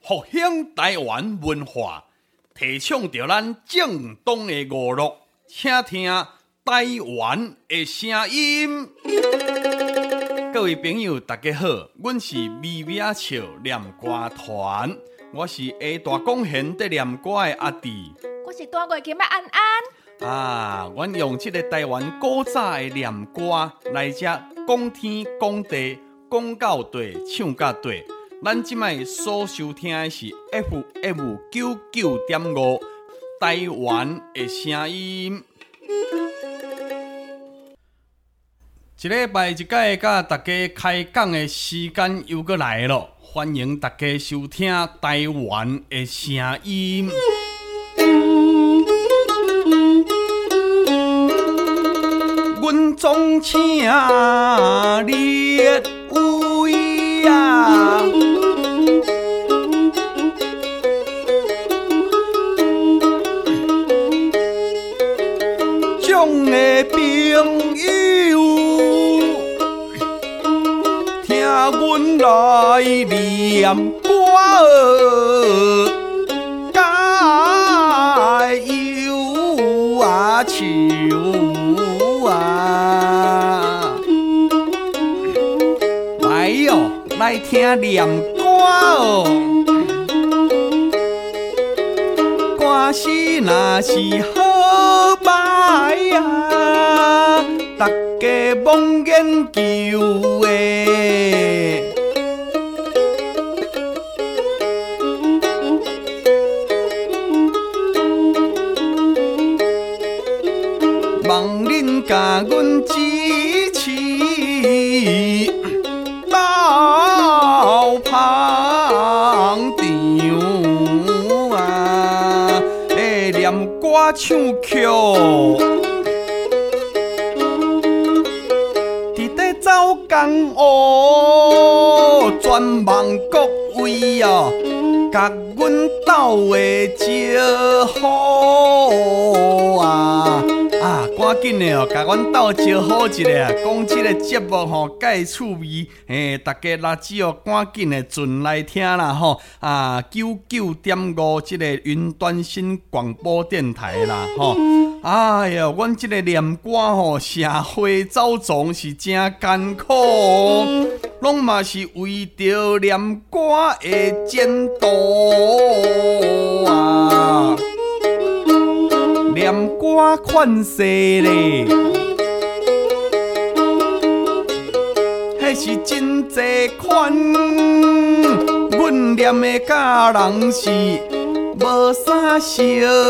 复兴台湾文化，提倡着咱正当的娱乐，请听台湾的声音。各位朋友，大家好，阮是微微笑念歌团，我是下大讲贤在念歌的阿弟， 我是大月琴的安安。 阮用这个台湾古早的念歌来遮讲天讲地，讲到地，唱到地。咱即摆所收听的是 FM 99.5台湾的声音。一礼拜一届，甲大家开讲的时间又过来了，欢迎大家收听台湾的声音。阮总请列位啊！众的朋友，听阮来念歌，加油啊唱啊！来哟，来听念歌哦。歌词若是好歹啊，大家罔研究的。望恁甲阮支持，到捧场啊！念歌唱曲，伫底走江湖，全望各位哦，甲阮斗的招呼啊！赶紧的哦，甲阮斗招呼一下，讲这个节目吼介趣味，大家垃圾哦，赶紧的准来听啦吼！99.5这个云端新广播电台啦吼！哎呀，阮这个念歌吼，社会走总是真艰苦哦，拢嘛是为着念歌的前途啊！念歌款式咧，迄是真济款，阮念的甲人是无啥相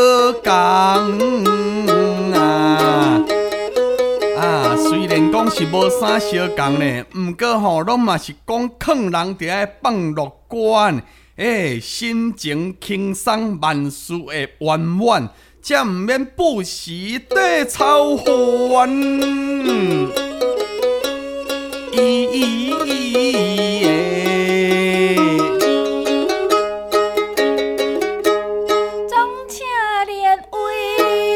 共啊！虽然讲是无啥相共咧，毋过吼，拢嘛是讲劝人伫爱放乐观，心情轻松，万事会圆满。才毋免不时地操烦。 总请列位，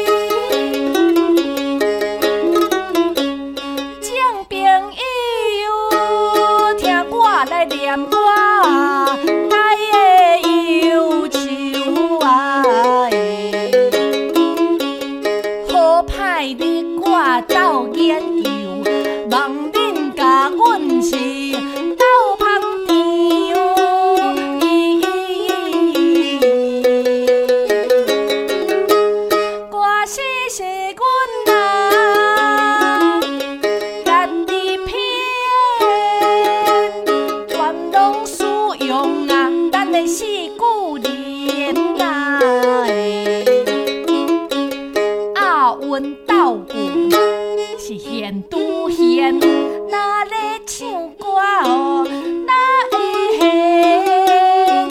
众朋友，听我来念歌，来的忧愁啊！歹你我斗研究，望恁甲阮是斗捧场。歌词是阮啊，家己编，全拢使用啊，咱的四句联啊。阮斗句是现拄现，哪咧唱歌哦，哪会现？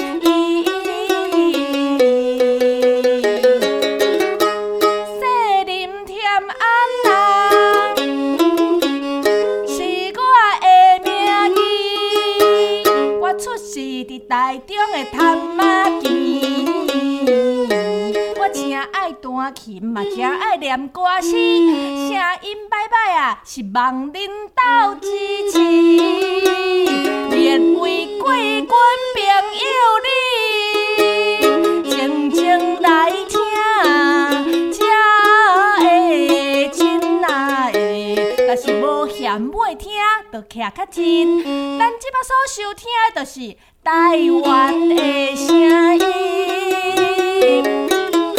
细林添安啊，是我的名字，我出世伫台中的潭仔墘。我真爱弹琴，嘛真爱念歌词，声音歹歹啊，是望恁斗支持，连为贵军朋友你。 就徛较近。咱即摆所收听的就是台湾的声音。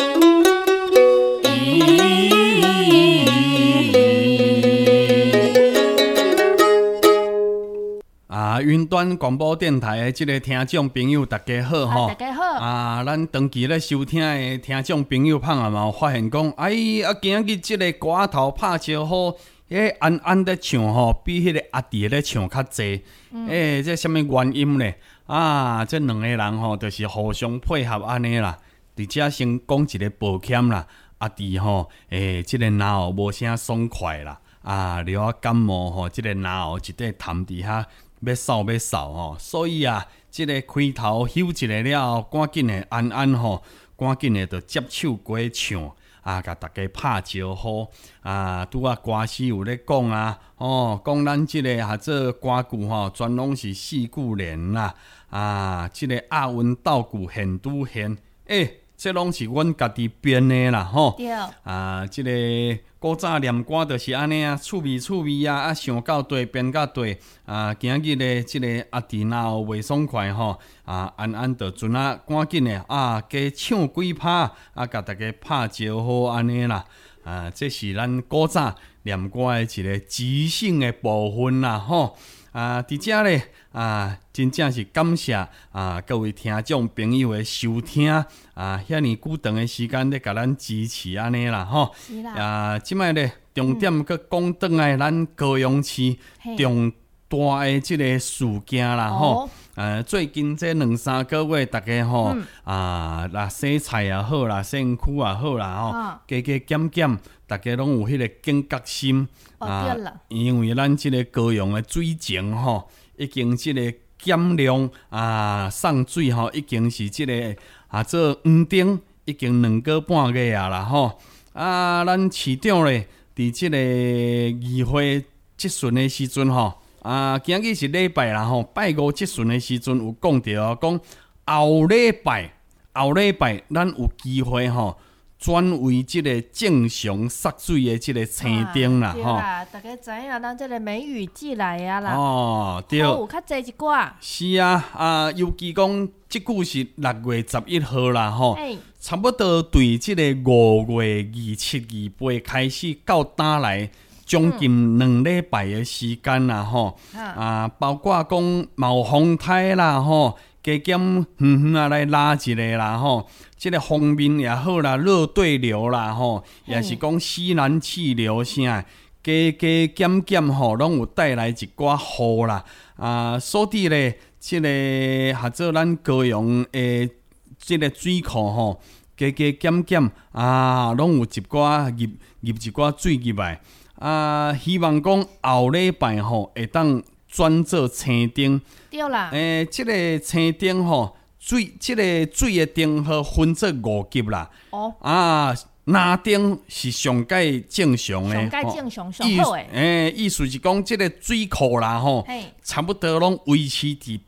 云端广播电台的即个听众朋友，大家好吼！ 大家好！ 咱长期咧收听的听众朋友，朋友嘛有发现讲，今日即个歌头拍招呼，安安咧唱吼，比迄个阿弟咧唱较济。这什么原因咧？这两个人吼，就是互相配合安尼啦。而且先讲一个抱歉啦，阿弟吼，即个脑后无啥爽快啦。了感冒吼，即个脑后一块痰伫遐。要扫吼，所以即个开头休一下了后，赶紧的安安吼，赶紧的就接手过唱，甲大家拍招呼，拄歌词有咧讲讲咱即个做歌句吼，全拢是四句联啦，即个押韵倒句现拄现，这拢是阮家己编的啦吼。 对。 即个古早念歌就是安尼趣味想到对编到对。今日咧，即个阿弟脑袂爽快吼，安安就阵赶紧的加唱几拍，甲大家拍招呼安尼啦。这是咱古早念歌的一个即兴的部分啦吼。伫遮咧真正是感谢各位听众朋友的收听遐尼久长的时间咧，甲咱支持安尼啦吼。 是啦。 即摆咧重点佮讲转来咱高雄市重大的即个事件啦吼。最近这2-3个月，大家吼洗菜也好啦，洗身躯也好啦吼，加减，大家拢有迄个警觉心。 对啦。 因为咱即个高雄的水情吼，已经即个减量送水吼，已经是即个做黄灯，已经2个半月啦吼。咱市长咧，伫即个议会质询的时阵吼。今日是礼拜啦吼，拜五质询的时阵有讲到讲后礼拜咱有机会吼，转为即个正常洒水的即个青灯啦吼。 对啦，大家知影咱即个梅雨季来啦。 对。 有较济一寡。 是尤其讲即句是6月11号啦吼，差不多对即个5月27、28开始到打来。将近2礼拜的时间啦吼，包括讲冒风台啦吼，加减来拉一个啦吼，即个风面也好啦，热对流啦吼，也是讲西南气流啥，加减吼，拢有带来一寡雨啦。所以咧，即个做咱高雄的即个水库吼，加减拢有一寡入一寡水入来。希望讲后礼拜吼会当转做青灯。 对啦。 即个青灯吼，即个水的灯号分做5级啦。蓝灯是上界正常的， 上界正常上好的。 意思是讲，即个水库啦吼，差不多拢维持伫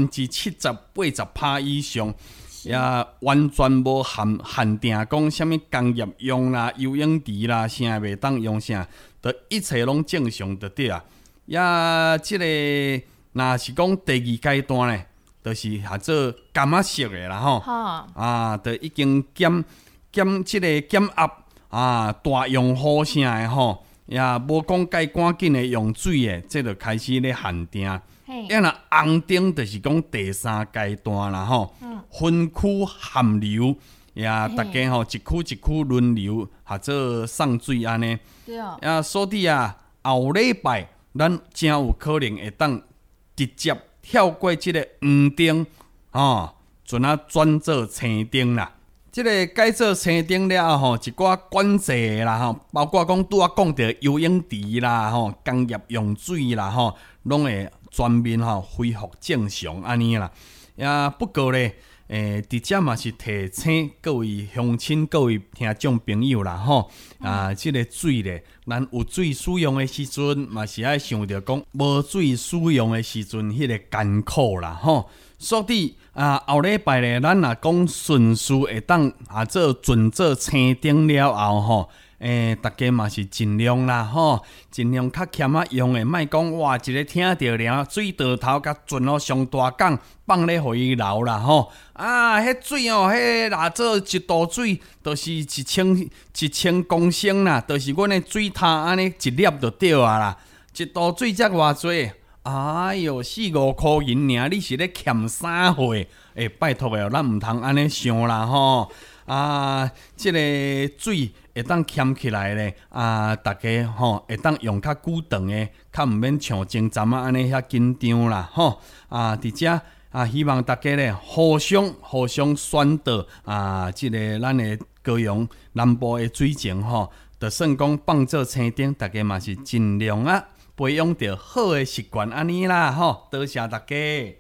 70%-80%以上。也完全无限定讲啥物工业用啦、游泳池啦，啥袂当用啥，就一切拢正常就对啊。即个若是讲第2阶段咧，就是做甘仔色的啦吼。就已经减即个减压大用雨啥的吼，也无讲该赶紧的用水的，这就开始咧限定。若红灯就是讲第3阶段啦吼，分区限流，大家吼一区轮流做送水安尼。 对。 所以后礼拜咱真有可能会当直接跳过即个黄灯，阵转做青灯啦。即个改做青灯了后，一寡管制啦吼，包括讲拄讲到游泳池啦吼，工业用水啦吼，拢会全面恢复正常安尼啦。不过咧，伫遮嘛是提醒各位乡亲、各位听众朋友啦吼，即个水咧，咱有水使用的时阵，嘛是爱想着讲无水使用的时阵，迄个艰苦啦吼。所以后礼拜咧，咱若讲顺序会当做准做青灯了后吼， 大家嘛是尽量啦吼，尽量较欠啊用的，莫讲哇一个听着了水倒头甲船哦上大港放咧互伊流啦吼。迄水哦，迄若做一度水，就是1000公升啦，就是阮的水塔安尼一粒就对啊啦。一度水才偌济？哎哟，4-5箍银尔，你是咧欠啥货？拜托诶，咱毋通安尼想啦吼。即个水会当欠起来咧，大家吼会当用较久长诶，较毋免像前站安尼遐紧张啦吼。伫遮希望大家咧互相宣导即个咱诶高雄南部诶水情吼，就算讲放做青顶，大家嘛是尽量培养着好诶习惯安尼啦吼。多谢大家。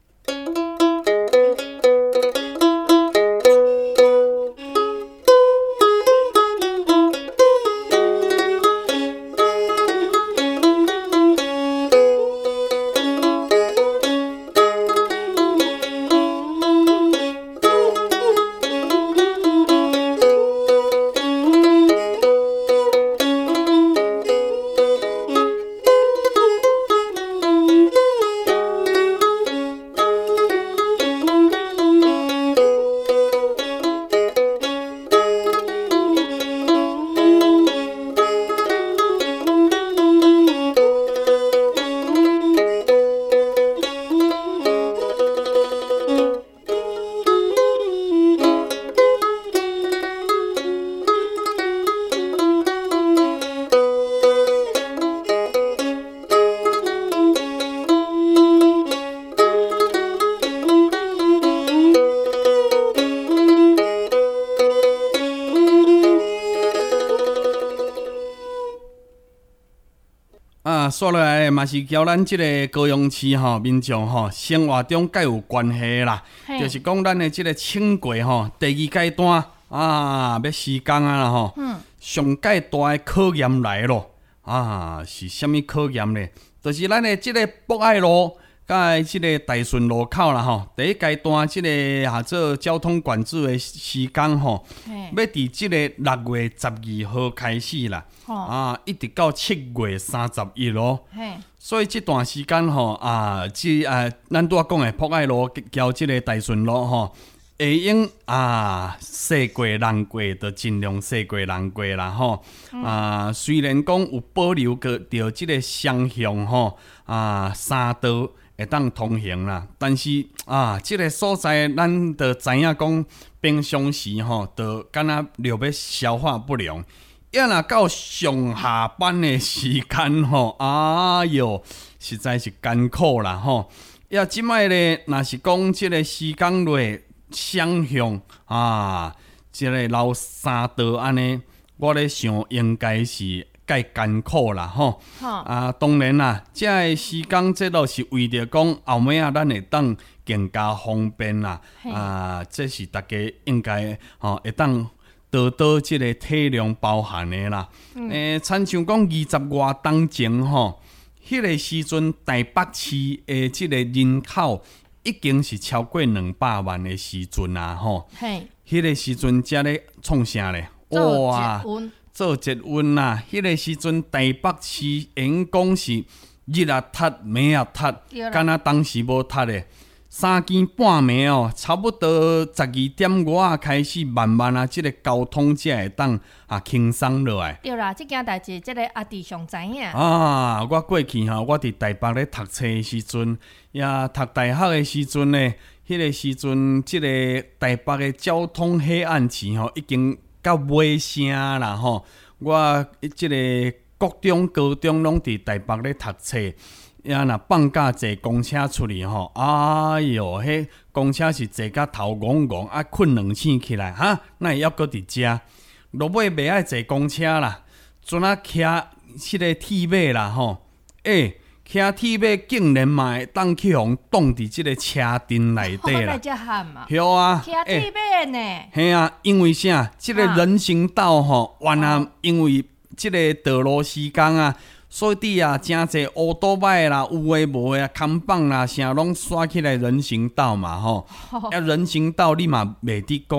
说落来嘛是交咱即个高雄市民众生活中较有关系啦，就是讲咱的即个轻轨第2阶段要施工啦吼。上界大的考验来咯是啥物考验呢？就是咱的即个博爱路甲即个大顺路口啦吼。第1阶段即个做交通管制的施工要伫即个6月12号开始啦。一直到7月31咯。所以这段时间咱拄仔讲的博爱路交即个大顺路会用驶过人过，就尽量驶过人过啦吼。虽然讲有保留个着即个双向三道会当通行啦，但是即个所在咱就知影讲平常时就敢若了要消化不良。要若到上下班的时间哎哟，实在是艰苦啦吼。即摆咧，若是讲即个施工类双向即个老三道安尼，我咧想应该是介艰苦啦吼。当然啦，这个施工这都是为着讲后尾咱会当更加方便啦。这是大家应该会当多多即个体谅包涵的啦。亲像讲20外当前迄个时阵台北市的即个人口已经是超过200万的时阵啦迄个时阵才咧创啥咧？哇！做捷运啦！迄个时阵台北市应讲是日啊塌，暝啊塌，敢若当时无塌的。3更半暝差不多12点5开始，慢慢即个交通才会当轻松落来。 对啦，即件代志，即个阿弟上知影。 我过去我伫台北咧读册的时阵，也读大学的时阵呢，迄个时阵即个台北的交通黑暗期已经到尾声啦我即个国中、高中拢伫台北咧读册。若放假坐公车出去哎哟，迄公车是坐甲头戆戆，困2醒起来哪会抑搁伫遮？落尾袂爱坐公车啦，阵骑迄个铁马啦骑铁马竟然嘛会当去互挡伫即个车阵内底啦。 遮喊嘛？ 对啊， 骑铁马呢？ 嘿因为啥？即个人行道原来因为即个道路施工所以真侪乌多摆啦，有诶无诶看板啦，啥拢刷起来人行道嘛人行道你嘛袂得讲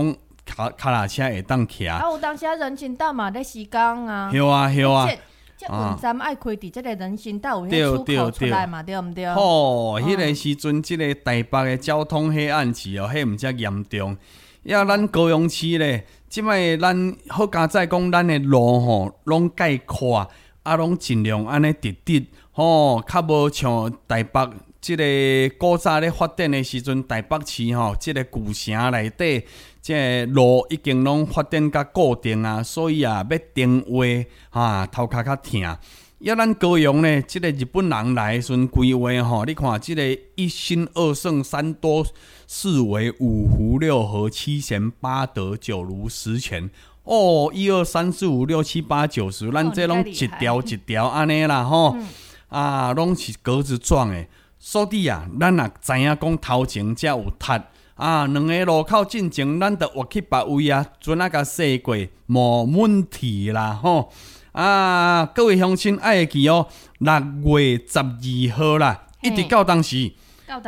脚踏车会当骑。 啊，有当时人行道嘛咧施工啊。 对啊，对啊。 这运站爱开伫这个人行道有迄出口出来嘛，对毋对？ 迄个时阵，这个台北的交通黑暗期哦，迄毋遮严重。咱高雄市咧，即摆咱好佳在讲，咱的路吼，拢介宽，拢尽量安尼直直，较无像台北即个古早咧发展的时阵，台北市吼，即个旧城内底。即个路已经拢发展甲固定啊，所以要定位头壳较疼。咱高雄呢，即个日本人来的时阵规划吼，你看即个一心二圣三多四维五福六合七贤八德九如十全。1、2、3、4、5、6、7、8、9、10，咱这拢一条一条安尼啦吼，拢是格子状的。所以咱也知影讲头前才有踢。两个路口进前，咱就划去别位船甲驶过，无问题啦吼。各位乡亲爱会记哦，6月12号啦，一直到当时，到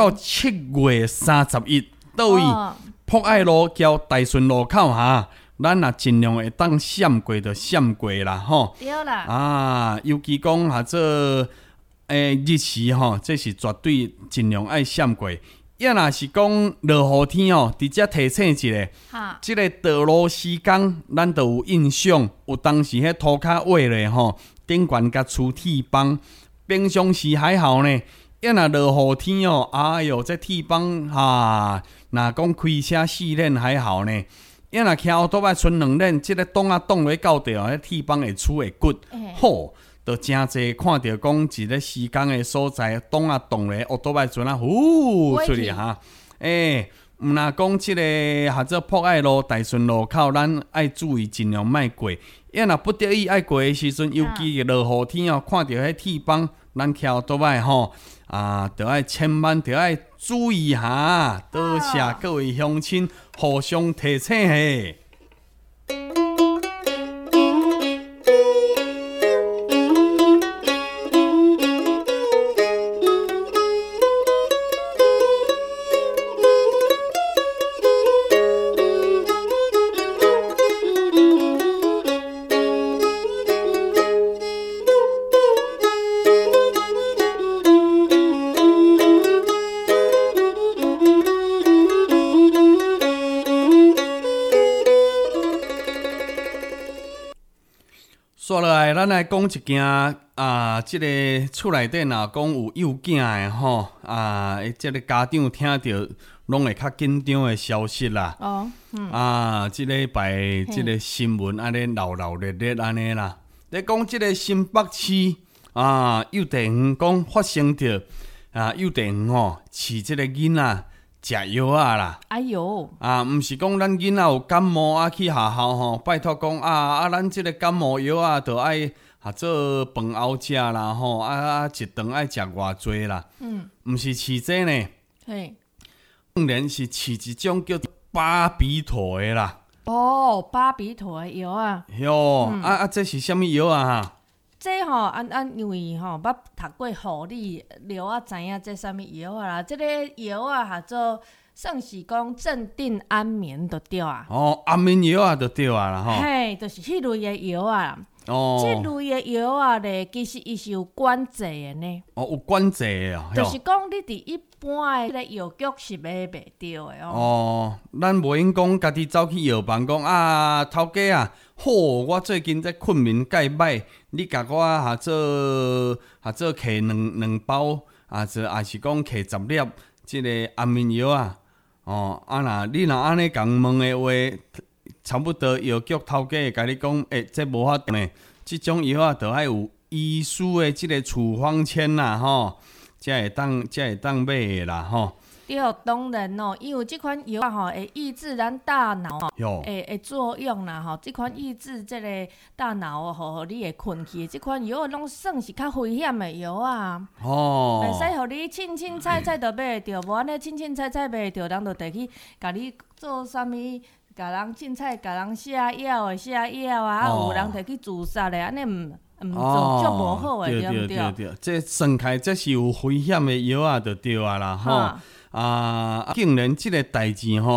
7月31，倒位博爱路交大顺路口咱也尽量会当闪过就闪过啦吼。 对啦。 尤其讲这日时吼，这是绝对尽量爱闪过。若是讲落雨天伫遮提醒一下，即个道路施工，咱都有印象。有当时迄涂骹挖咧顶悬甲出铁帮，平常时还好呢。若落雨天哎哟，这铁帮若讲开车4轮还好呢。若骑奥多摆剩2轮，即个洞洞落到地迄铁帮会出会骨，就真侪看到讲一个施工的所在，洞咧，奥多摆船出去毋若讲即个做博爱路、大顺路口，咱爱注意尽量莫过。若不得已爱过的时阵，尤其落雨天看到迄铁帮，咱骑奥多摆就爱千万就爱注意下。多谢各位乡亲互相提醒嘿。说落来，咱来讲一件即个厝内底若讲有幼囝的吼即个家长听到拢会较紧张的消息啦。即礼拜即个新闻安尼热热安尼啦。咧讲即个新北市幼稚园讲发生着幼稚园饲即个囡仔食药啦。 哎哟！ 毋是讲咱囡仔有感冒去学校拜托讲咱即个感冒药就爱做饭后食啦一顿爱食偌济啦。毋是饲这呢？当然是饲一种叫做巴比妥的啦。 巴比妥的药哟，这是啥物药这因为捌读过护理了知影这啥物药啦。这个药做算是讲镇定安眠就对安眠药就对啦就是迄类的药这类的药咧，其实伊是有管制的呢。有管制的就是讲你伫一般的药局是买袂到的咱无用讲家己走去药房讲头家我最近在困眠介歹，你甲我做摕两包也是讲摕10粒即个安眠药你若安尼共问的话，差不多药局头家会甲你讲，这无法度呢。即种药就爱有医师的即个处方签啦，才会当买的啦， 对，当然因为即款药会抑制咱大脑的作用啦，即款抑制即个大脑互你会困去，即款药拢算是较危险的药袂使互你凊凊彩彩就买着，无安尼凊凊彩彩买着，人就得去甲你做啥物？甲人凊彩甲人写药有人摕去自杀的，安尼毋做足无好的，对毋对？ 这算起这是有危险的药就对啦，竟然即个代志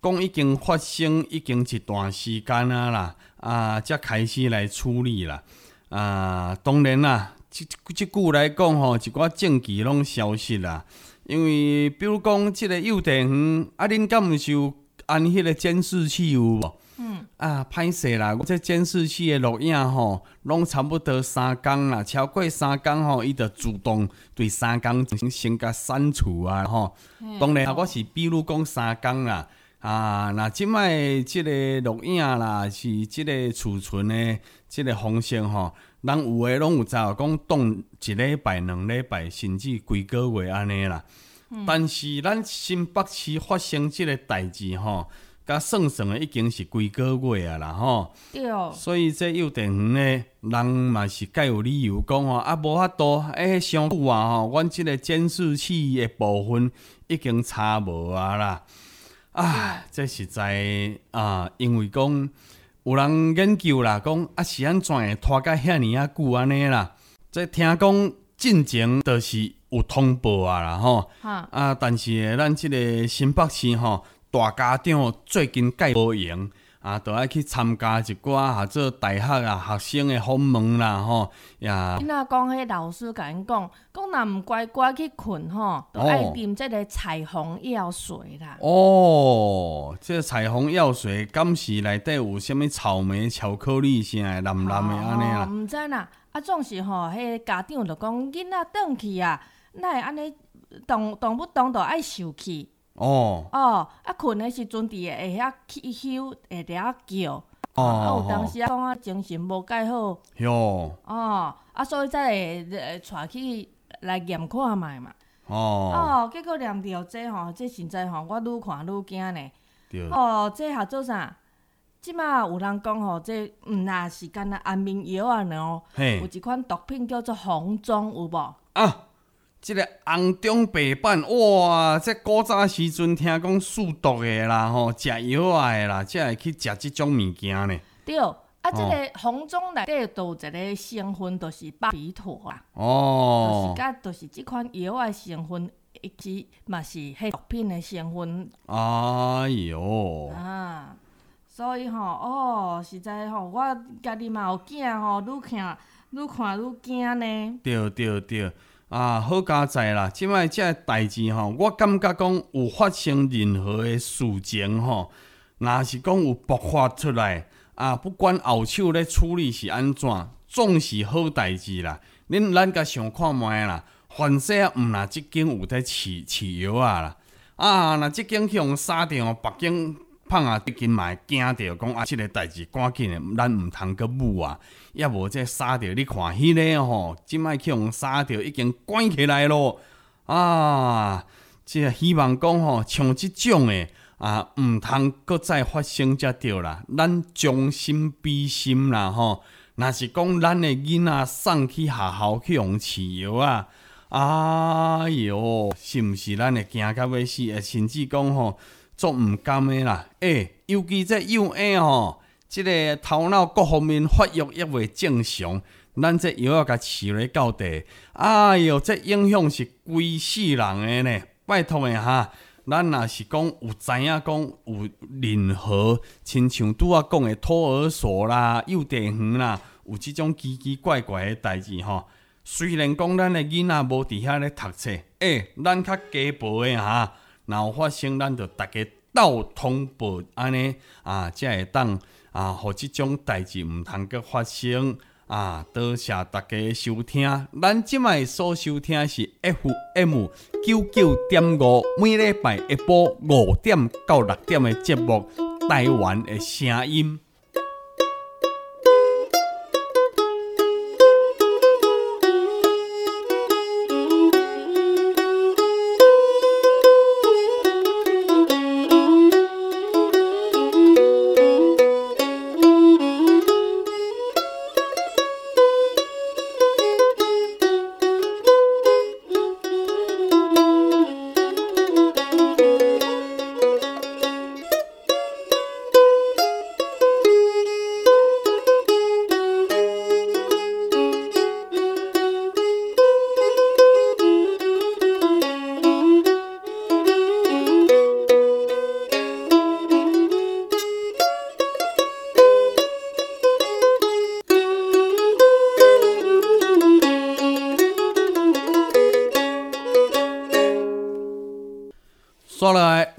讲已经发生已经一段时间啊啦，才开始来处理啦。当然啦，即句来讲吼，一寡证据拢消失啦。因为比如讲，即个幼稚园恁敢毋是有安迄个监视器有无？歹势啦！这监视器的录影吼，拢差不多3天啦，超过3天吼，伊就自动对3天先甲删除啊吼。当然，我是比如讲3天啦，那即摆即个录影啦，是即个储存的即个方式吼，人有诶拢有知影讲当1礼拜、2礼拜，甚至几个月安尼啦。但是咱新北市发生即个代志吼。甲算的已经是几个月啊啦吼， 对， 所以这幼稚园呢，人嘛是介有理由讲吼，无法度，上久啊吼，阮即个监视器的部分已经查无啊啦，这实在因为讲有人研究啦，讲是安怎会拖甲遐尼久安尼啦？这听讲进前就是有通报啊啦吼，但是咱即个新北市吼。大家长最近介无闲就爱去参加一寡或者大学学生的访问啦吼呀。 囡仔讲，迄老师甲因讲，若毋乖乖去困吼，就爱啉即个彩虹药水啦。 这彩虹药水敢是内底有啥物草莓、巧克力啥的蓝蓝的安尼啦？ 毋知啦，总是吼，迄家长就讲囡仔转去哪会安尼动不动就爱受气。困的时阵，伫会遐起休，会遐叫，有当时讲精神无介好，所以才会带去来验看卖嘛。结果验着这吼，这实在吼，我愈看愈惊呢。这合做啥？即马有人讲吼，这毋那是干那安眠药呢有一款毒品叫做红中，有无？ 即个红中白板，哇！这古早时阵听讲数毒的啦，吼，食药的啦，才会去食即种物件呢。 对，即个红中内底都有一个成分，就是巴比妥啦。就是即款药的成分，其嘛是迄毒品的成分。所以吼，实在吼，我家己嘛有囝吼，愈看愈惊呢。 对。好佳哉啦！即摆这代志吼，我感觉讲有发生任何的事情吼，若是讲有爆发出来不管后手咧处理是安怎，总是好代志啦。咱甲想看卖啦，凡说毋若即间有在饲药啦，若即间去用杀掉，别间胖得紧嘛会惊着讲即个代志赶紧的，咱毋通阁舞也无这杀着，你看迄个吼，即摆去用杀着已经关起来咯。即希望讲吼，像即种的毋通阁再发生才对啦。咱将心比心啦吼，若是讲咱的囡仔送去学校去用饲药是毋是咱会惊到要死？甚至讲吼，足毋甘的啦。尤其这幼儿吼。即个头脑各方面发育也未正常，咱这药甲饲咧到底，这影响是规世人的呢。拜托的咱若是讲有知影讲有任何，亲像拄仔讲的托儿所啦、幼稚园啦，有即种奇奇怪怪的代志吼。虽然讲咱的囡仔无伫遐咧读册，咱较家婆的若有发生，咱就大家斗通报安尼才会当。互即种代志毋通阁发生多谢大家收听，咱即摆所收听是 FM 99.5，每礼拜下晡5点到6点的节目《台湾的声音》。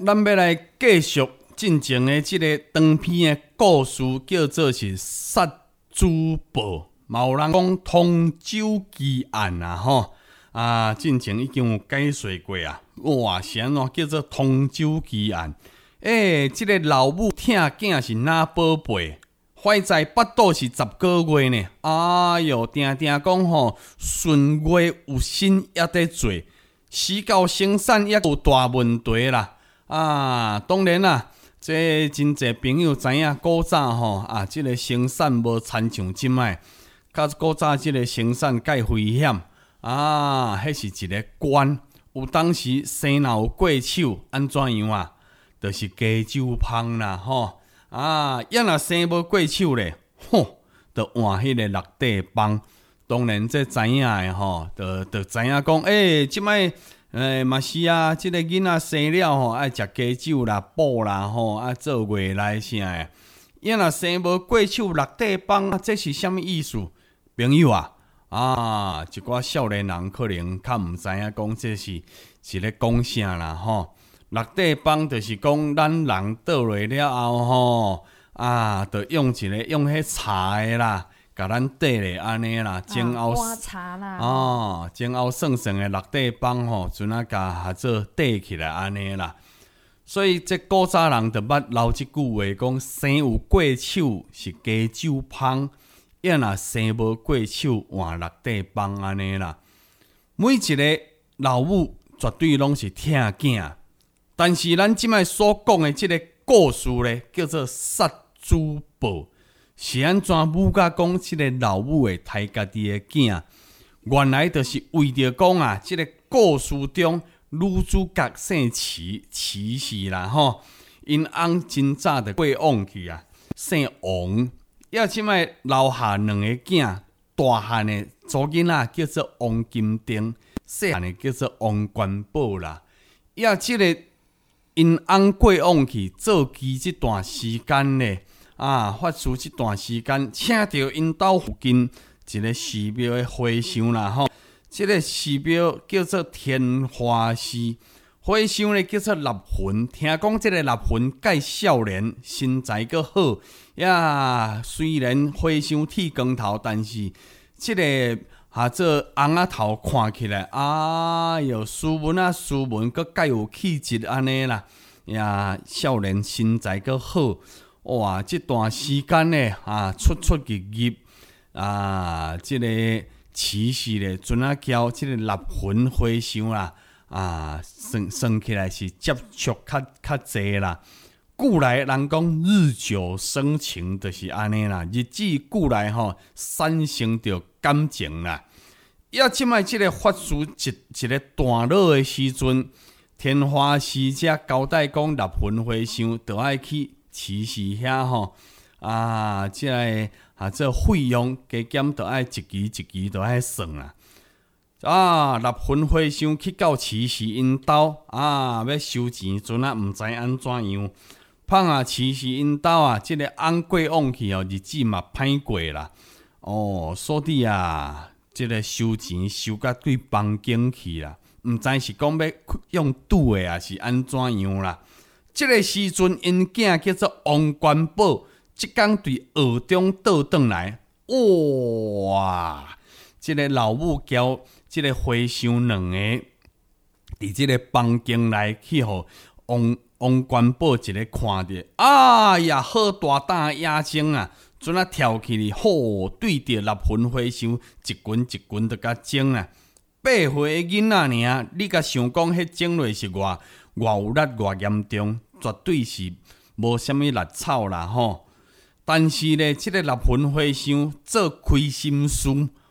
咱要来继续进前的这个长篇的故事，叫做是杀猪报。嘛有人讲通州奇案啊，吼进前已经有解说过啊。哇，是安怎叫做通州奇案？这个老母疼囝是哪宝贝？怀在腹肚是10个月呢。哎哟，定定讲吼，顺月有心也在做，时到生产也有大问题啦。当然啦，这真侪朋友知影古早吼这个生产无亲像即摆，较古早这个生产介危险迄是一个关。有当时生若有过手，安怎样啊？就是加酒芳啦吼。要若生无过手咧，就换迄个落地帮。当然这知影的吼，就知影讲，即摆嘛是啊，即个囡仔生了吼，爱食加酒啦、补啦吼，做月来啥的。若生无过手落地帮，这是啥物意思？朋友一寡少年人可能较毋知影讲这是咧讲啥啦吼。落地帮就是讲咱人倒落了后吼，就用迄茶的啦，甲咱缀咧安尼啦，前后茶啦， 前后算算的落地帮吼，阵甲做缀起来安尼啦。所以这古早人就捌留即句话讲：生有过手是加酒芳，若生无过手换落地帮安尼啦。每一个老母绝对拢是疼囝。但是咱即摆所讲的即个故事咧，叫做杀猪报，是安怎母甲讲即个老母会杀家己的囝？原来就是为着讲即个故事中女主角姓齐氏啦吼，因翁真早就过往去姓王。即摆留下2个囝，大汉的祖囡仔叫做王金丁，细汉的叫做王元宝啦。即个因翁过往去做期这段时间咧，发出这段时间，请到因兜附近一个寺庙的和尚啦吼。这个寺庙叫做天花寺，和尚咧叫做立云。听讲这个立云介少年，身材阁好，虽然和尚剃光头，但是这个做翁仔头看起来，斯文阁介有气质安尼啦，少年身材阁好，哇！这段时间咧，出入入，这个骑士咧，阵交这个立魂和尚啦，算起来是接触较济啦。古来人讲日久生情，就是安尼啦。日子久来吼，产生着感情啦。即摆即个发出一个段落的时阵，天花使者交代讲，立魂和尚就爱去慈氏遐吼，即个这费用加减就爱一期一期就爱算啦。立魂和尚去到慈氏因兜，要收钱，阵毋知安怎样。胖慈氏因兜即个翁过往去日子嘛歹过啦。所以即个收钱收甲对房间去啦，毋知是讲要用赌的，还是安怎样啦。即个时阵，因囝叫做王元宝，即天对学中倒转来，哇！即个老母交即个和尚2个，伫即个房间内去互王元宝一个看着，好大胆的野睛阵跳起哩，对着立魂和尚一拳一拳就甲整啦。8岁的囡仔尔，你甲想讲迄整落是偌有力偌严重，绝对是无啥物力草啦吼。但是咧，即个立魂和尚做亏心事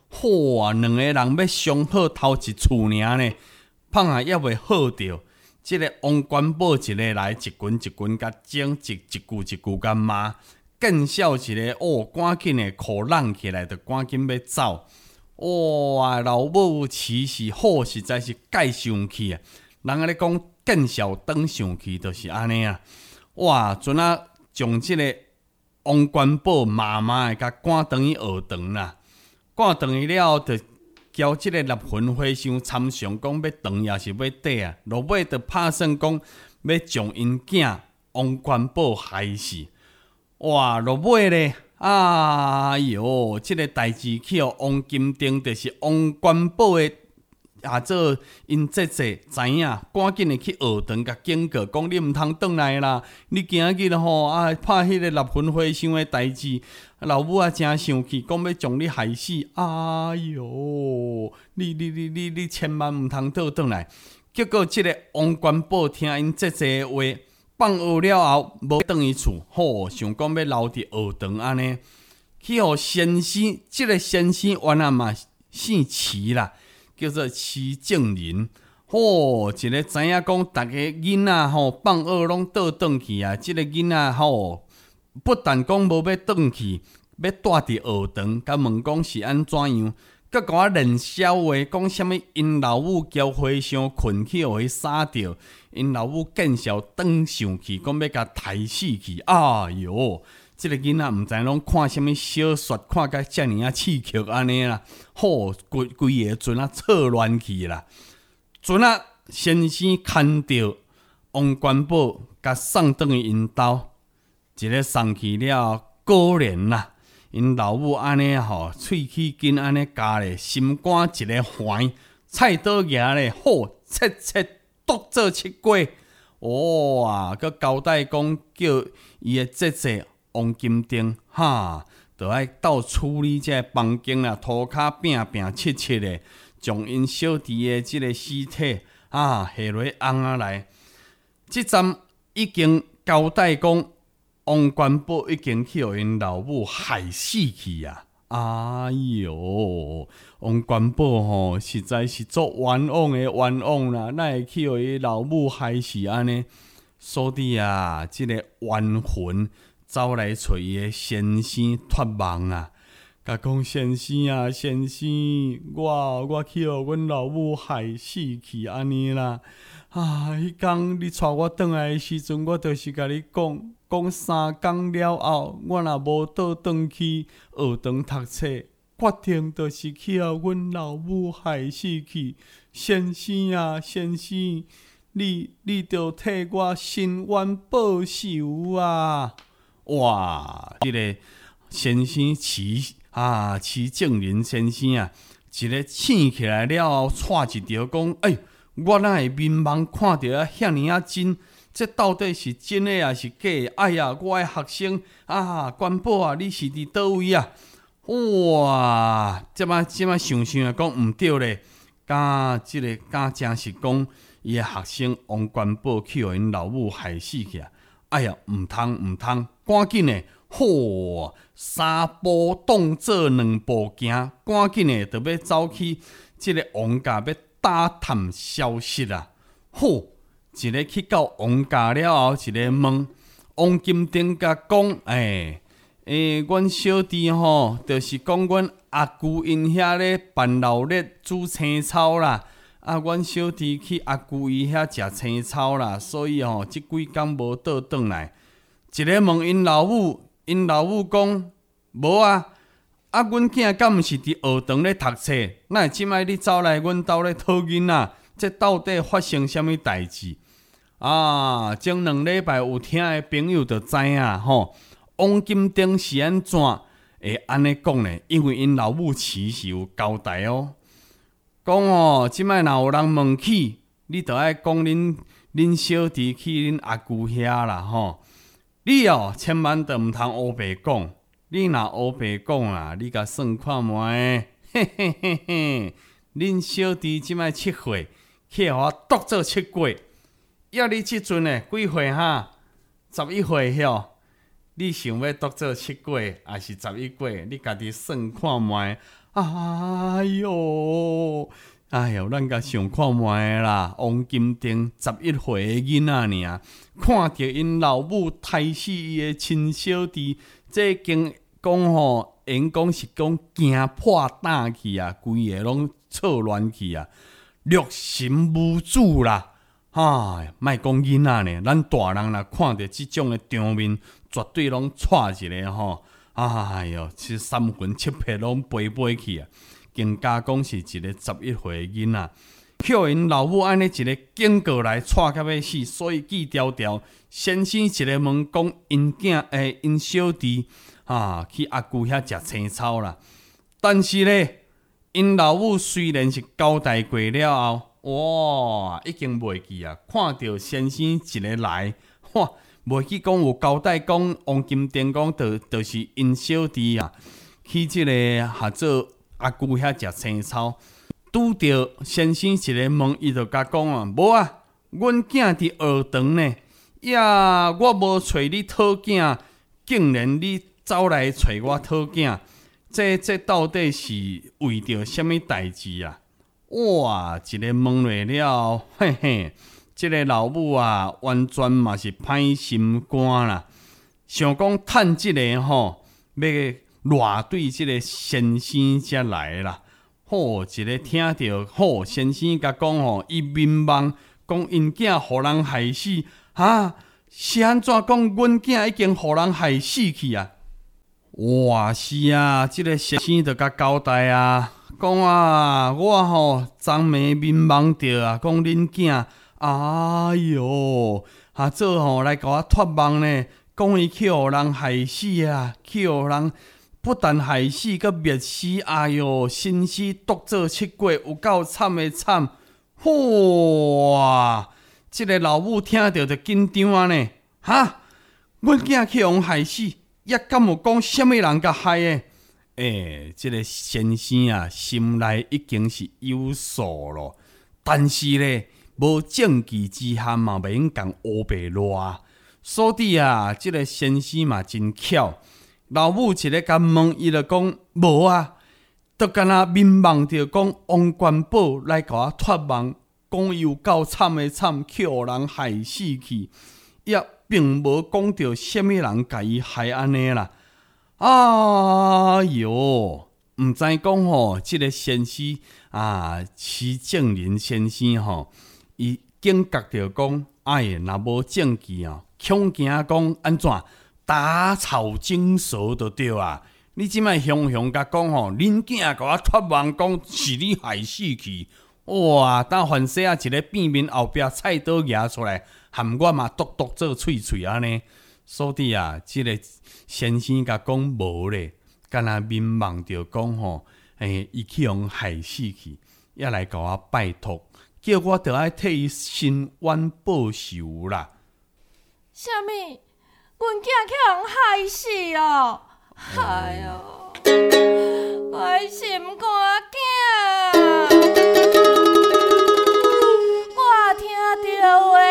，2个人要相好头一厝尔呢，胖也袂好着。即个王元宝一个来一拳一拳甲整，一句一句甲骂。更小一个赶紧的裤冷起来，就赶紧要走。哇！老母慈氏好实在是介生气人家咧讲更小登上去，就是安尼哇！阵将即个王元宝慢慢的甲赶转去学堂啦，赶转去了就交即个立魂和尚参详讲要长也是要短落尾就拍算讲要将因囝王元宝害死。哇，落尾咧，哎哟，即个代志去互王金丁，就是王元宝的做因姐姐知影，赶紧的去学堂甲警告，讲你毋通转来啦！你今日吼拍迄个立魂回乡的代志，老母真生气，讲要将你害死。哎哟，你千万毋通倒转来！结果即个王元宝听因姐姐的话，放学了后无转去厝，想讲要留伫学堂安尼，去互先生，即个先生原来嘛姓齐啦。叫做齐正仁，一个知影讲，逐个囡仔放学拢倒转去啊！即个囡仔不但讲无要转去，要住伫学堂，甲问讲是安怎样，佮甲我练笑话，讲啥物因老母交花箱困去，互伊杀着，因老母见笑转上去，讲要甲刣死去。哎哟！即个囡仔毋知拢看啥物小说，看甲遮尔刺激安尼啦，规个阵错乱去啦。阵先生牵着王元宝，甲送转去因兜，一个送去了，果然啦，因老母安尼喙齿筋安尼夹咧，心肝一个环，菜刀夹咧，切剁做七果。哇！佮交代讲叫伊的姐姐。王金丁就爱斗处理这房间啦，涂骹拼切的，将因小弟的这个尸体下落翁仔来。即站已经交代讲，王元宝已经去互因老母害死去啊！哎哟，王元宝实在是做冤枉的冤枉啦，哪会去互伊老母害死安尼？所以啊，这个冤魂。走来找伊的先生托梦啊，甲讲先生啊，先生，我去互阮老母害死去安尼啦。迄天你带我转来的时阵，我就是甲你讲3天了后，我若无倒转去学堂读册，决定就是去互阮老母害死去。先生啊，先生，你着替我伸冤报仇啊！哇！这个先生齐正仁先生啊，一个醒起来了后，带一条讲，我哪会迷茫看到遐尔真？这到底是真的还是假的？哎呀，我的学生元宝啊，你是伫倒位啊？哇！即摆想讲毋对咧，真是讲伊的学生王元宝去互因老母害死去啊！哎呀，毋通，赶紧的，三步当做两步行，赶紧的，就要走去这个王家要打探消息啊！一个去到王家了后，一个问王金丁甲讲，阮小弟就是讲阮阿舅因遐咧办劳日煮青草啦。阮小弟去阿舅伊遐食青草啦，所以即几工无倒转来。一个问因老母讲无啊，阮囝敢毋是伫学堂咧读册？哪会即摆你走来阮兜咧讨囡仔？这到底发生什么代志？前2礼拜有听的朋友就知影王金丁是安怎会安尼讲呢？因为因老母其实有交代讲即摆若有人问起，你着爱讲恁小弟去恁阿舅遐啦你千万着毋通乌白讲，你若乌白讲啦，你甲算看觅，恁小弟即摆7岁，去互我剁做7果，要你即阵呢几岁11岁你想要剁做7果，还是11果？你家己算看觅。哎哟，咱甲想看觅啦，王金丁11岁的囡仔尔，看到因老母刣死伊的亲小弟，这经讲因讲是讲惊破胆去啊，规个拢错乱去啊，六神无主啦！莫讲囡仔呢，咱大人若看到即种的场面，绝对拢踹一个哎哟，是3魂7魄拢飞去啊！更加讲是一个11岁的囡仔， 叫因老母安尼一个警告来带到要死，所以记条条。先生一个问讲，因小弟去阿舅遐食青草啦。但是咧，因老母虽然是交代过了后，哇，已经袂记啊！看到先生一个来，哇，袂记讲有交代讲王金田讲，就是因小弟去即个做阿舅遐食青草，拄着先生一个问，伊就甲讲无啊，阮囝伫学堂呢，我无找你讨囝，竟然你走来找我讨囝。这到底是为着什么代志啊？哇！一个问落了，嘿嘿，这个老母完全嘛是歹心肝啦，想讲趁这个要赖对这个先生才来啦。一个听到先生甲讲伊民望讲因囝互人害死是安怎讲？阮囝已经互人害死去啊！哇，是啊，这个先生就甲交代讲我昨暝民望着讲恁囝，哎哟，做来甲我托梦呢，讲伊去互人害死去互人不但害死，阁灭死，哎哟，生死独做七过，有够惨的惨！哇，这个老母听到就紧张呢，阮囝去互人害死。也敢有讲什么人甲害的？这个先生心内已经是有数咯，但是咧，无证据之下嘛，袂用共乌白赖。所以这个先生嘛真巧。老母一个甲问，伊就讲无就敢若民望着讲王元宝来甲我托梦，讲伊有够惨的惨，去互人害死去。并无讲到什么人甲伊害安尼啦。哎哟，毋知讲这个先生徐正林先生伊警觉着讲，若无证据恐惊讲安怎打草惊蛇就对啊。你即摆雄甲讲恁囝甲我托梦讲是你害死去，哇！等范西一个变面后壁菜刀拿出来。含我嘛剁做喙安尼，所以这个先生甲讲无咧，敢若民望着讲伊去互害死去，也来甲我拜托，叫我着爱替伊伸冤报仇啦。 什么？阮囝去互害死哦！哎哟，我的心肝囝，我听着话。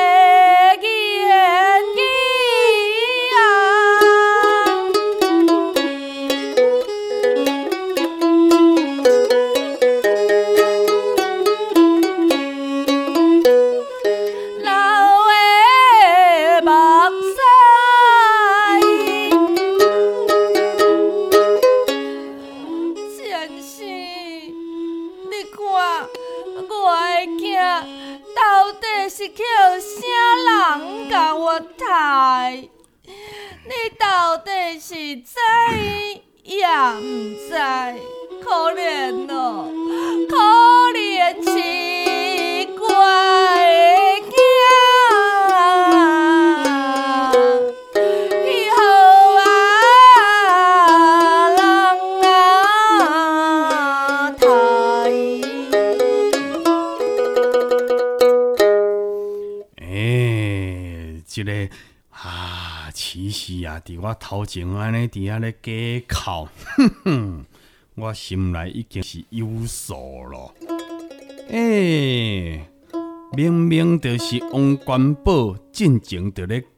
是叫啥人甲我杀？你到底是知也毋知？可怜哦，可怜奇怪的囝，以后人待。 这个其实伫我头前安尼伫遐咧假哭，我心内已经是有数咯。明明就是王元宝进前就咧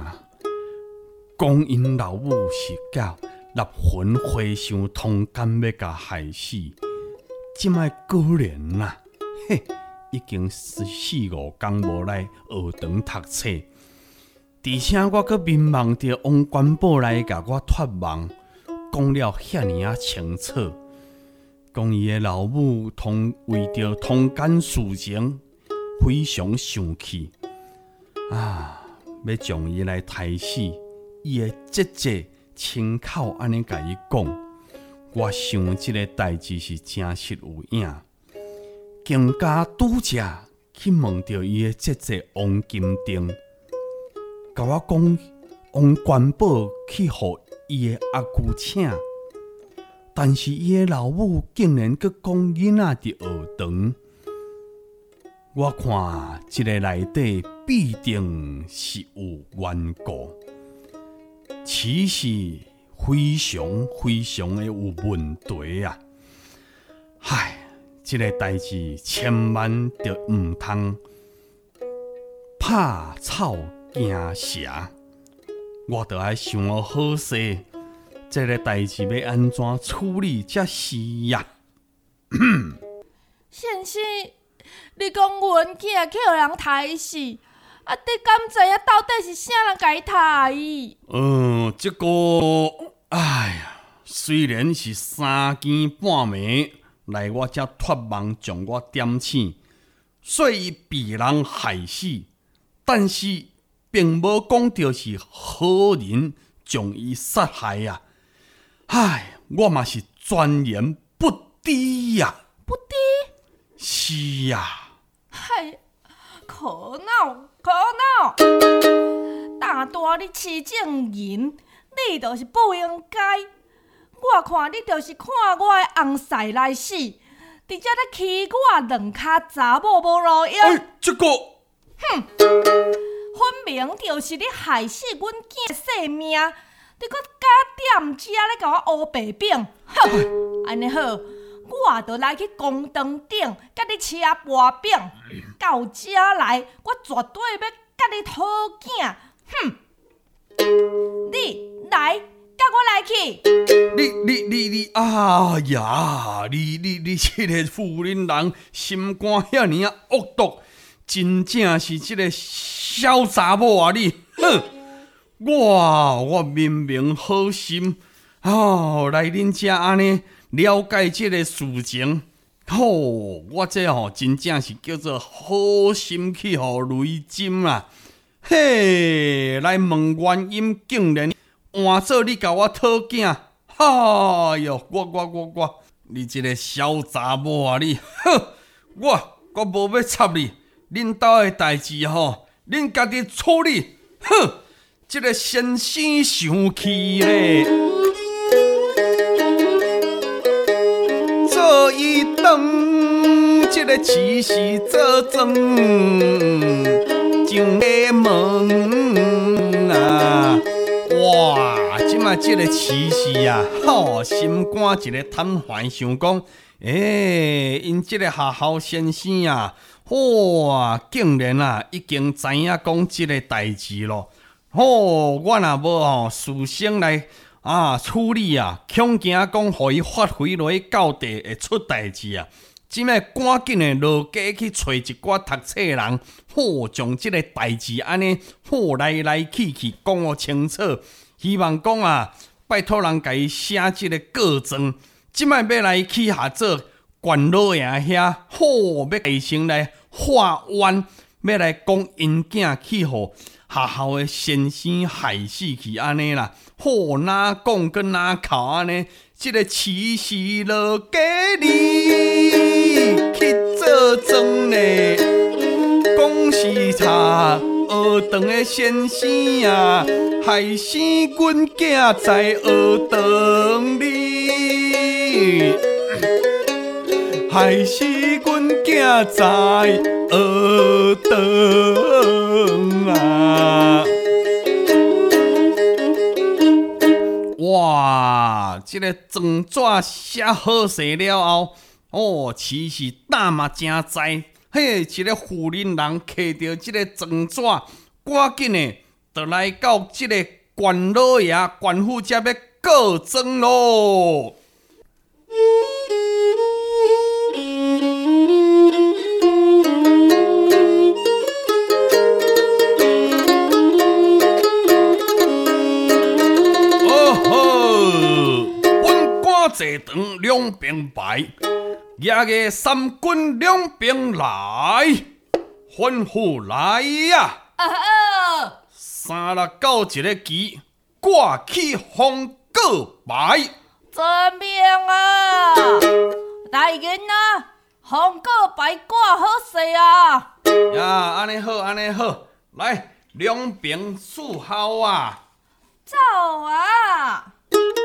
讲因老母是甲立魂回想通奸要甲害死，即摆果然已经4-5天无来学堂读册。而且我阁民望着王元宝来甲我托梦，讲了遐尼清楚，讲伊的老母为着通奸事情非常生气要将伊来杀死。伊的姐姐亲口安尼甲伊讲，我想即个代志是真实有影。 更加拄则去问到伊的姐姐王金定，甲我讲王元宝去互伊的阿姑请，但是伊的老母竟然佫讲囡仔伫学堂。我看这个内底必定是有缘故，其实非常非常的有问题啊！唉，这个代志千万着唔通拍草惊蛇，我着爱想好势，这个代志要安怎处理才是呀？ 先生。你讲阮囝去互人刣死，你敢知影到底是啥人甲伊刣？ 这个，哎呀，虽然是3更半暝来我这托梦将我点醒，说伊被人害死，但是并无讲到是好人将伊杀害呀。唉，我嘛是全然不知呀。 不知？ 是呀。 嗨，可恼可恼！大大你饲种人，你就是不应该。我看你就是看我的红婿来死，伫遮咧欺我两骹查某无路用。 这个， 分明就是你害死阮囝的性命，你搁加踮遮咧甲我乌白饼，哼！安尼好。我就来去公堂顶，甲你车跋饼，到遮来，我绝对要甲你讨囝。哼！你来，甲我来去。 你，哎呀，你这个妇人人心肝遐尼啊恶毒，真正是这个小查某啊你！哼！我明明好心来恁遮安尼。了解这个事情，我这真正是叫做好心去互雷针啊！嘿，来问原因，竟然换做你甲我讨囝，哎哟，我，你这个小查某啊你，哼，我无要插你，恁兜的代志恁家己处理，哼，这个先生生气咧。做一顿，这个饲是做庄，上个门啊！哇，即马这个饲是啊，心肝一个瘫痪，想讲，因这个学校先生啊，哇，竟然啊已经知影讲这个代志咯。我若无事先来。处理恐惊讲，互伊发挥落去到底会出代志啊！即摆赶紧的落街去找一寡读册的人，将即个代志安尼来去讲互清楚。希望讲拜托人甲伊写即个告状，即摆要来去合作关老爷遐，要提升来法院，要来讲因囝去互学校的先生害死去安尼啦。哪讲跟哪哭安尼，这个饲是落家里去做庄呢，讲是查学堂的先生啊，害死阮囝在学堂里，害死阮囝在学堂啊。哇！这个状纸写好势了后，其实胆嘛真知。嘿，一个妇人人摕到这个状纸，赶紧的，就来到这个县老爷、县府这要告状咯。坐堂两边排，夜夜三军两边来，吩咐来呀！3、6、9一个旗，挂起红告牌。 遵命啊！大囡仔， 红果白挂好势啊！ 呀，安尼好，安尼好，来两边伺候啊！ 走啊！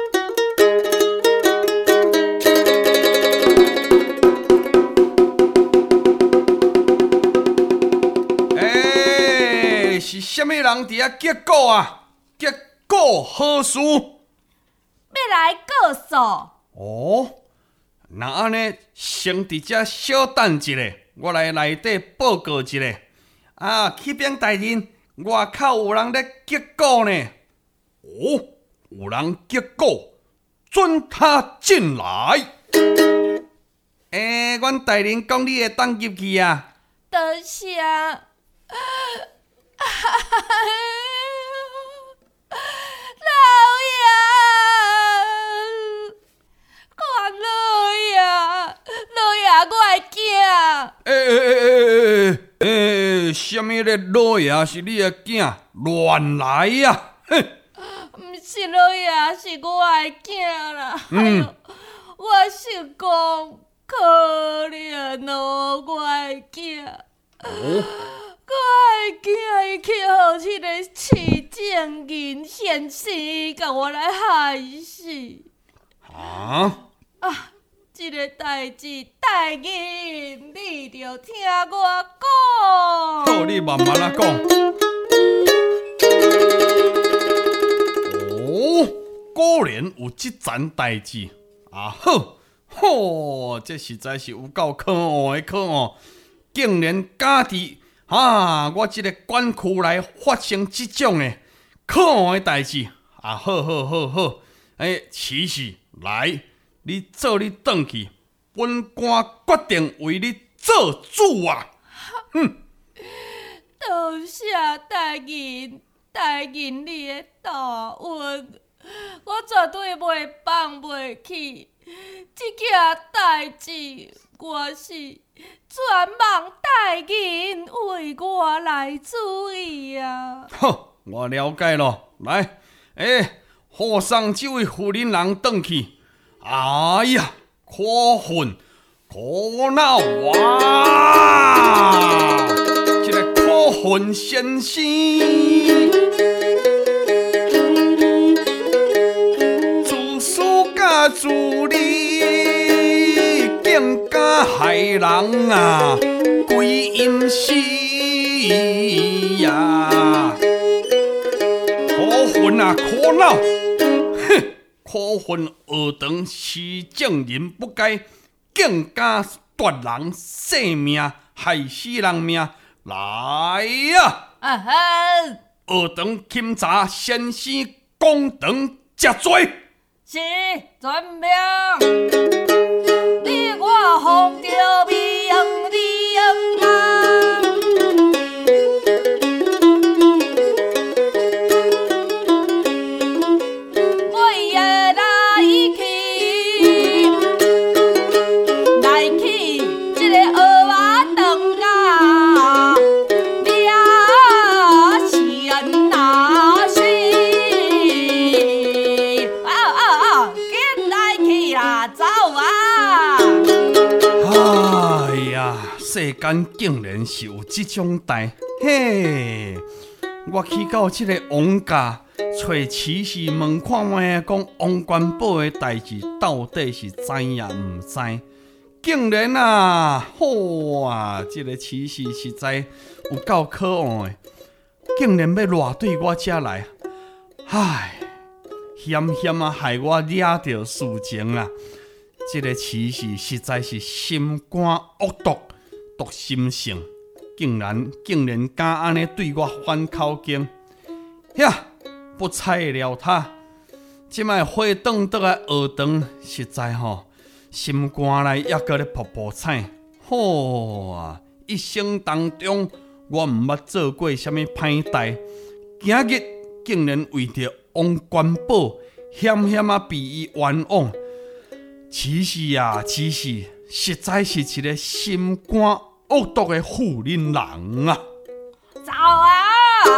是啥物人伫遐结果啊？结果好事？ 要来告诉。 哦，那安尼先伫遮小等一下，我来内底报告一下。啊，起兵大人，外口有人咧结果呢。哦，有人结果，准他进来。阮大人讲你会当入去啊？ 多谢。老爷，我老爷，老爷，我的囝。 什么咧？老爷是你的囝，乱来呀！哼， 毋是老爷，是我的囝啦。哎呦，我是讲可怜哦，我的囝。我的囝伊去互迄个市政人现世，甲我来害死。 啊！ 这个代志，大人你着听我讲。 好，你慢慢啊讲。哦，果然有这件代志啊！好，这实在是有够可恶的可恶，竟然敢伫我这个管区内发生这种的可恶的代志啊！好，其实来，你做你转去，本官决定为你做主啊！ 多谢大人，你的大恩，我绝对袂放袂起。这件代志，我是全望大人为我来注意啊！ 好，我了解咯。来，护送这位妇人人转去。哎呀，可恨可恼啊！这个可恨先生，自私甲自利，更加害人啊，归阴死呀！可恨啊，可恼！哼！可恨学堂施政人不该，更加夺人性命，害死人命。来呀！学堂检查先生公堂食罪。 是遵命。你我奉着命令啊！我也来去这个蚵仔肠啊！先拿死！紧来去啊，走啊！ 哎呀，世间竟然是有这种代，嘿！我去到这个王家，找慈氏问看卖，讲王元宝的代志到底是知也唔知？竟然啊，好啊！这个慈氏实在有够可恶的，竟然要赖对我遮来，唉，险险啊，害我惹着事情啊！这个慈氏实在是心肝恶毒，毒心性，竟然敢安尼对我反口径，呀！不睬了他，即摆火顿倒来学堂，实在心肝内抑搁咧噗噗惨。好啊！一生当中，我毋捌做过啥物歹代，今日竟然为着王元宝，险险啊被伊冤枉。此事啊，此事实在是一个心肝恶毒的妇人人啊！ 走啊！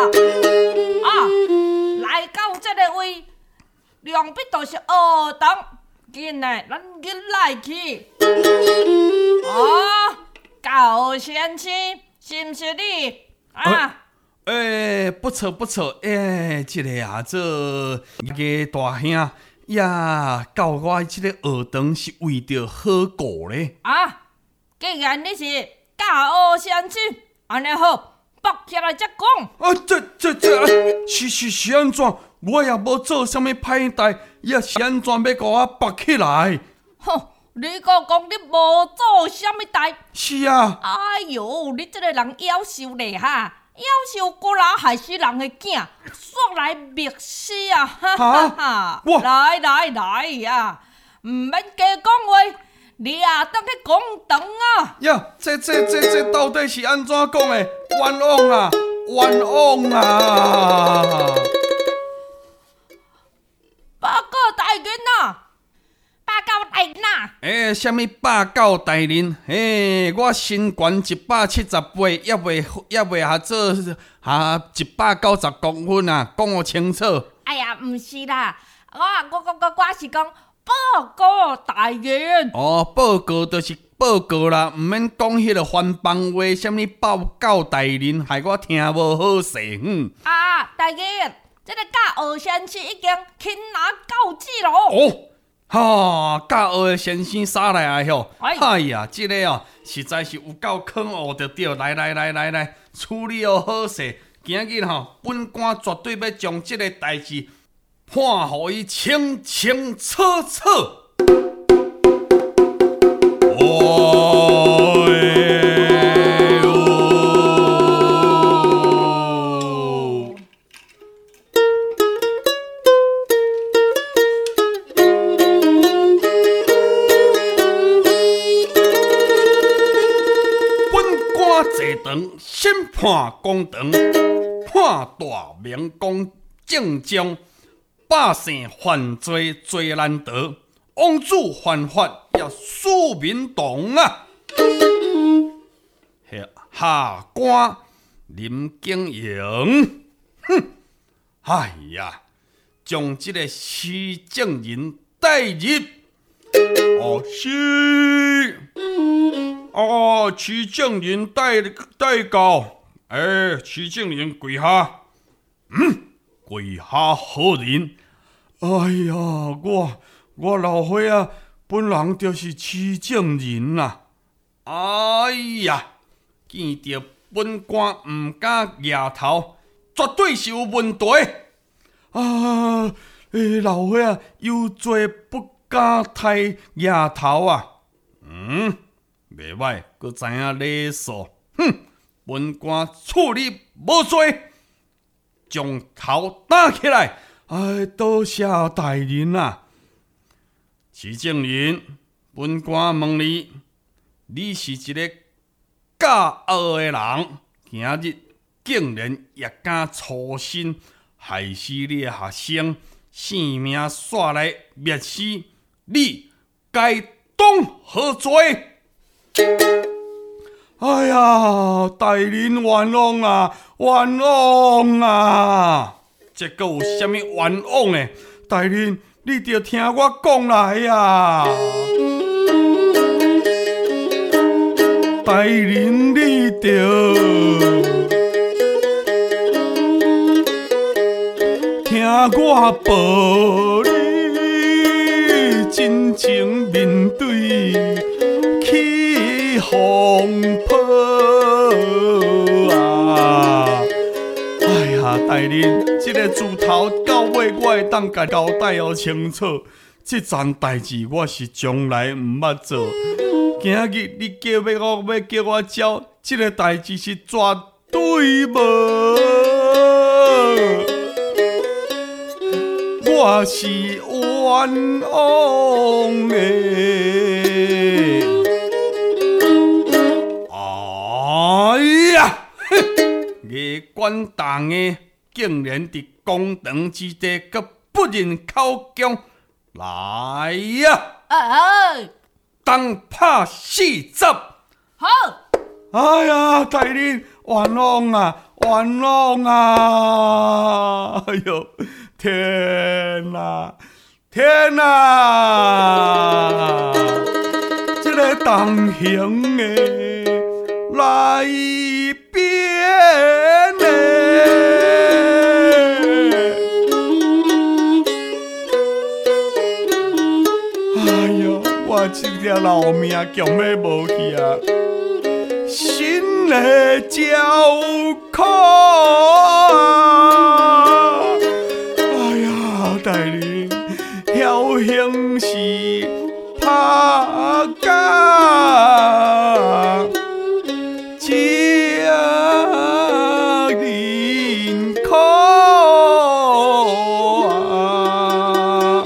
来到这个位，两边都是学堂，紧来，咱紧来去。 哦，高先生，是不是你啊？ 不错不错，这个啊，这个大兄也教我这个学堂是为着好过咧。 啊，既然你是高先生，安尼好，绑起来才讲。 是安怎？我也无做啥物歹代，也是安怎要甲我绑起来？ 哼，你讲你无做啥物代？ 是啊。 哎哟，你这个人夭寿咧哈！夭寿果然害死人的囝，煞来灭死啊！哈哈哈！来呀，唔免加讲话，你啊，当去讲堂啊！ 呀，这到底是安怎讲的？冤枉啊！冤枉啊！ 报告大人啊！报告大人啊！ 什么报告大人？我身悬170倍，也袂下做190公分啊！讲我清楚。 哎呀，唔是啦，我是讲报告大人。 报告就是报告啦，毋免讲迄个反帮话，什么报告大人，害我听无好势。 大人，这个教学先生已经擒拿告止咯。 教学先生啥来啊？吼！ 哎呀，这个实在是有够坑学着对。来，处理好势。今日本官绝对要将这个代志判互伊清清楚楚。坐堂审判公堂，判大明公正将，百姓犯罪罪难逃，王子犯法也庶民同啊！下官林景荣，哎呀，将这个徐正人带入。徐正人带告，徐正人跪下，跪下何人？哎呀，我老伙仔本人就是徐正人呐。哎呀，见到本官唔敢摇头，绝对是有问题。老伙仔有罪不敢抬摇头啊。袂歹，佮知影礼数。本官处理无罪，将头打起来。多谢大人啊！徐正人，本官问你，你是一个教学的人，今日竟然也敢粗心，害死你的学生，性命煞来灭死，你该当何罪？哎呀，大人冤枉啊，冤枉啊！这个有啥物冤枉的？大人，你着听我讲来呀！大人，你着听我报你真情面对。风波啊！哎呀，大人，这个自头到尾我会当甲交代清楚。这桩代志我是从来唔捌做。今日你叫我交，这个代志是绝对无。我是冤枉的。夜官党的竟然伫公堂之地，佮不认口供，来呀！当拍四十。 好。 哎呀，大人冤枉啊，冤枉啊！哎呦，天哪，天哪！这个东行的来变的。哎呀，我这条老命强要无去啊！心的焦苦啊！哎呀，大人，侥幸是拍假，这人苦啊！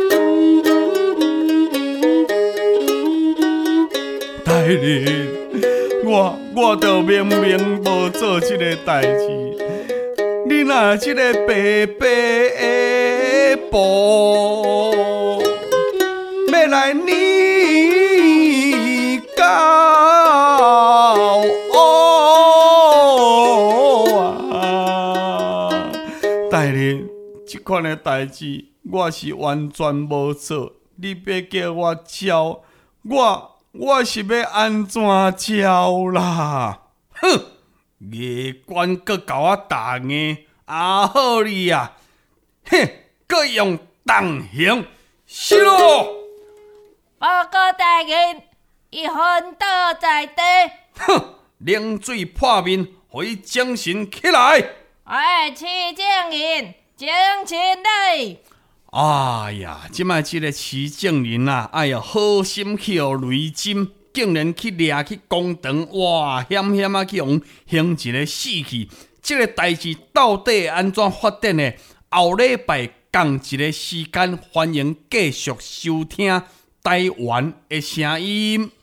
大人。我就明明无做这个代志，你若这个白白的布，要来你教我啊！大人，这款的代志我是完全无做，你别叫我教我是要安怎教啦？哼！夜官阁甲我打硬，好你啊！哼！阁用重刑，是咯！ 报告大人，伊昏倒在地。 哼！冷水破面，互伊精神起来。 哎，市政人，精神来！ 哎呀，即摆即个市政人啊，哎呀，好心去互雷针，竟然去掠去公堂，哇，险险啊去用刑一个死去。即个代志到底会安怎发展呢？后礼拜同一个时间，欢迎继续收听台湾的声音。